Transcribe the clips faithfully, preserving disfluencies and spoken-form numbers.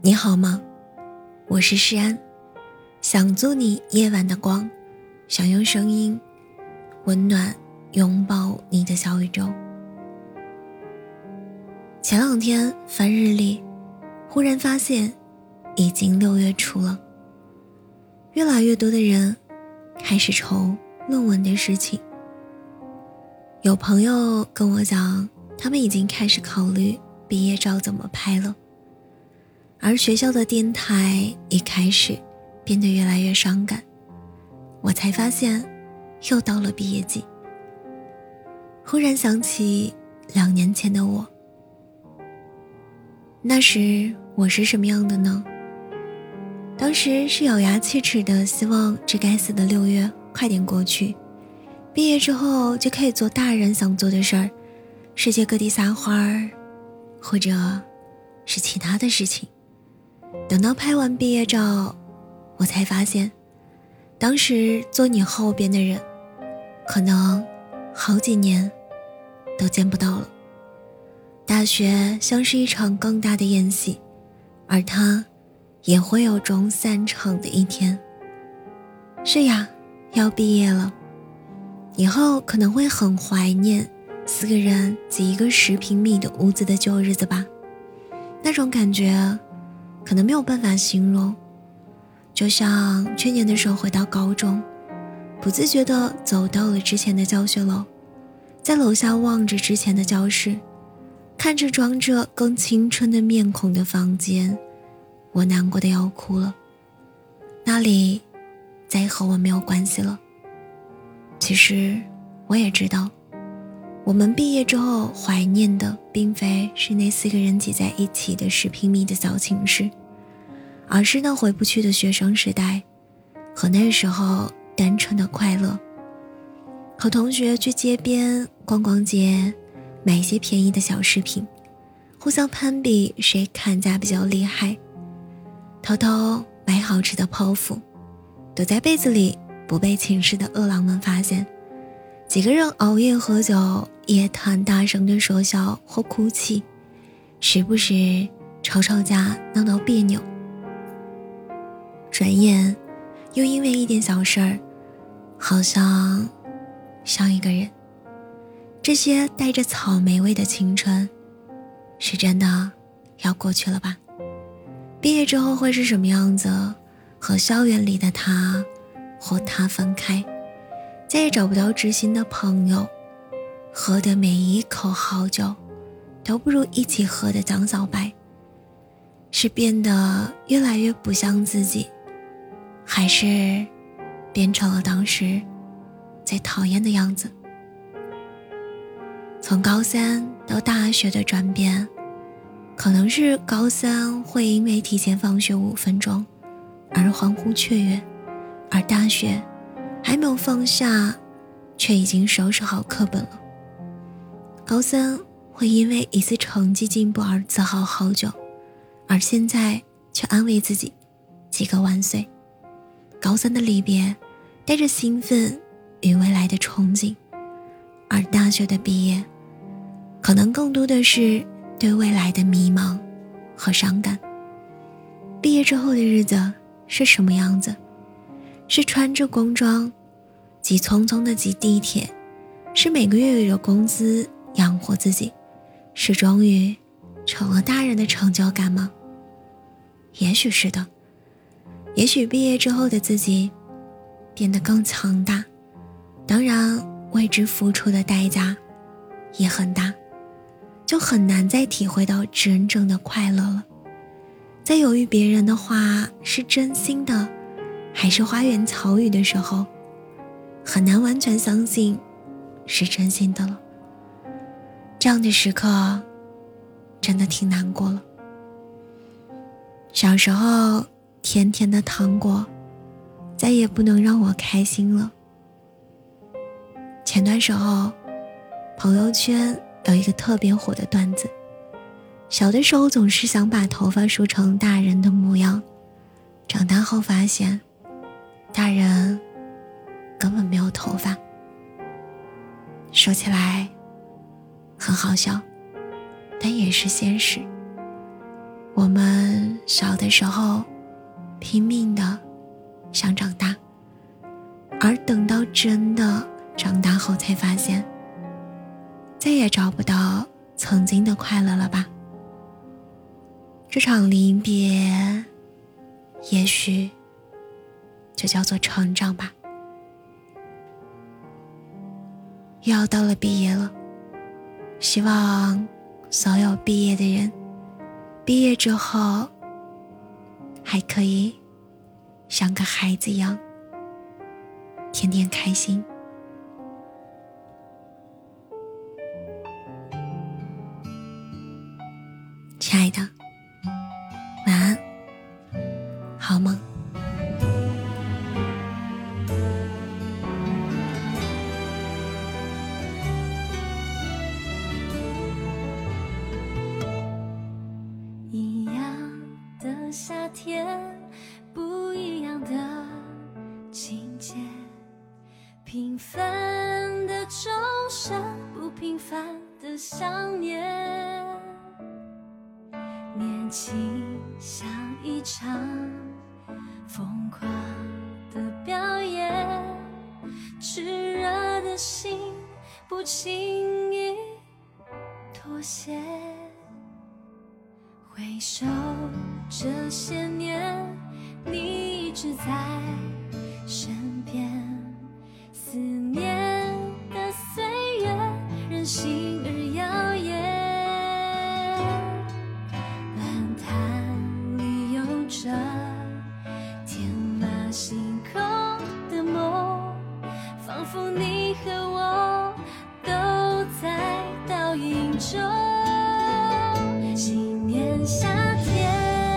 你好吗？我是诗安，想做你夜晚的光，想用声音温暖拥抱你的小宇宙。前两天翻日历，忽然发现已经六月初了。越来越多的人开始愁论文的事情。有朋友跟我讲，他们已经开始考虑毕业照怎么拍了，而学校的电台也开始变得越来越伤感。我才发现又到了毕业季。忽然想起两年前的我，那时我是什么样的呢？当时是咬牙切齿的希望这该死的六月快点过去，毕业之后就可以做大人想做的事儿，世界各地撒花儿，或者是其他的事情。等到拍完毕业照，我才发现当时坐你后边的人可能好几年都见不到了。大学像是一场更大的宴席，而它也会有终散场的一天。是呀，要毕业了，以后可能会很怀念四个人挤一个十平米的屋子的旧日子吧。那种感觉可能没有办法形容，就像去年的时候回到高中，不自觉地走到了之前的教学楼，在楼下望着之前的教室，看着装着更青春的面孔的房间，我难过的要哭了。那里再和我没有关系了。其实我也知道，我们毕业之后怀念的并非是那四个人挤在一起的十平米的小寝室，而是那回不去的学生时代和那时候单纯的快乐。和同学去街边逛逛街，买一些便宜的小饰品，互相攀比谁砍价比较厉害，偷偷买好吃的泡芙，躲在被子里不被寝室的饿狼们发现。几个人熬夜喝酒，夜谈大声的说笑或哭泣，时不时吵吵架闹闹别扭，转眼又因为一点小事儿好像像一个人。这些带着草莓味的青春是真的要过去了吧？毕业之后会是什么样子？和校园里的他或他分开，再也找不到知心的朋友，喝的每一口好酒都不如一起喝的江小白。是变得越来越不像自己，还是变成了当时最讨厌的样子？从高三到大学的转变，可能是高三会因为提前放学五分钟而欢呼雀跃，而大学还没有放下，却已经收拾好课本了。高三会因为一次成绩进步而自豪好久，而现在却安慰自己几个万岁。高三的离别带着兴奋与未来的憧憬，而大学的毕业可能更多的是对未来的迷茫和伤感。毕业之后的日子是什么样子？是穿着工装急匆匆的挤地铁，是每个月有着工资养活自己，是终于成了大人的成就感吗？也许是的。也许毕业之后的自己变得更强大，当然为之付出的代价也很大，就很难再体会到真正的快乐了。在犹豫别人的话是真心的还是花言巧语的时候，很难完全相信是真心的了。这样的时刻真的挺难过了。小时候甜甜的糖果再也不能让我开心了。前段时候朋友圈有一个特别火的段子，小的时候总是想把头发梳成大人的模样，长大后发现大人根本没有头发。说起来很好笑，但也是现实。 我们小的时候拼命的想长大，而等到真的长大后才发现，再也找不到曾经的快乐了吧。这场离别也许就叫做成长吧。又要到了毕业了，希望所有毕业的人毕业之后还可以像个孩子一样天天开心。亲爱的，晚安，好梦。 一样的夏天，不一样的情节，平凡的钟声，不平凡的想念。年轻像一场疯狂的表演，炽热的心不轻易妥协。回首这些年，你一直在身边，思念的岁月任性而耀眼，蓝潭里有着天马行空的梦，仿佛你和我都在倒影中。今年夏天，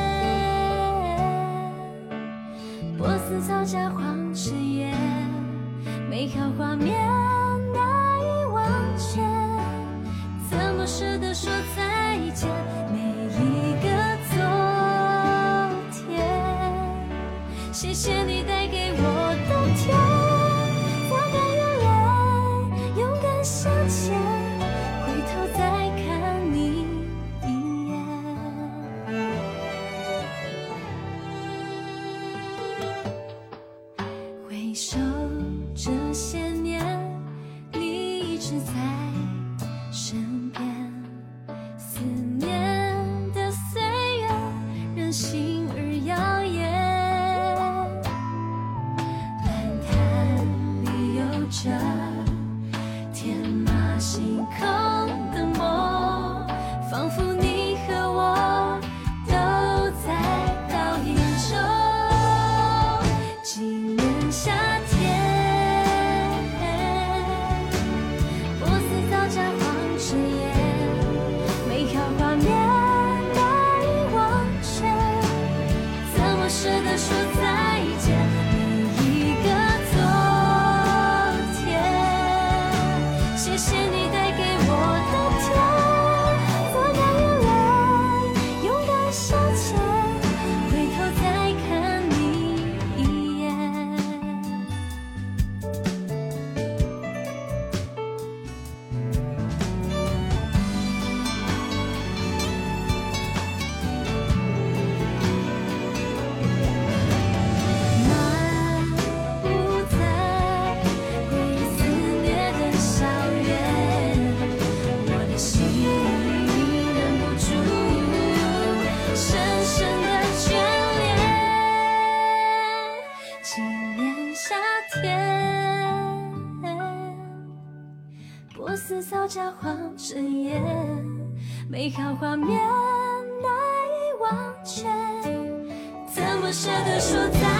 波斯草加黄枝叶，美好画面难以忘却，怎么舍得说再见？每一个昨天，谢谢你带给我冬天，擦干眼泪，勇敢向前，回头再看你一眼。回首这些年，你一直在身边，思念的岁月任性而耀眼，蓝潭里有着天马行空的梦，仿佛你和我都在倒影中。今年夏天，波斯草加黄枝叶，美好画面难以忘却，怎么舍得说再见？每一个昨天，谢谢你带给我冬天，擦干眼泪，勇敢向前，回头再看你一眼。漫步在回忆肆虐的校园，我的心忍不住深深的眷恋。今年夏天，波斯草加黄枝叶，美好画面难以忘却，怎么舍得说再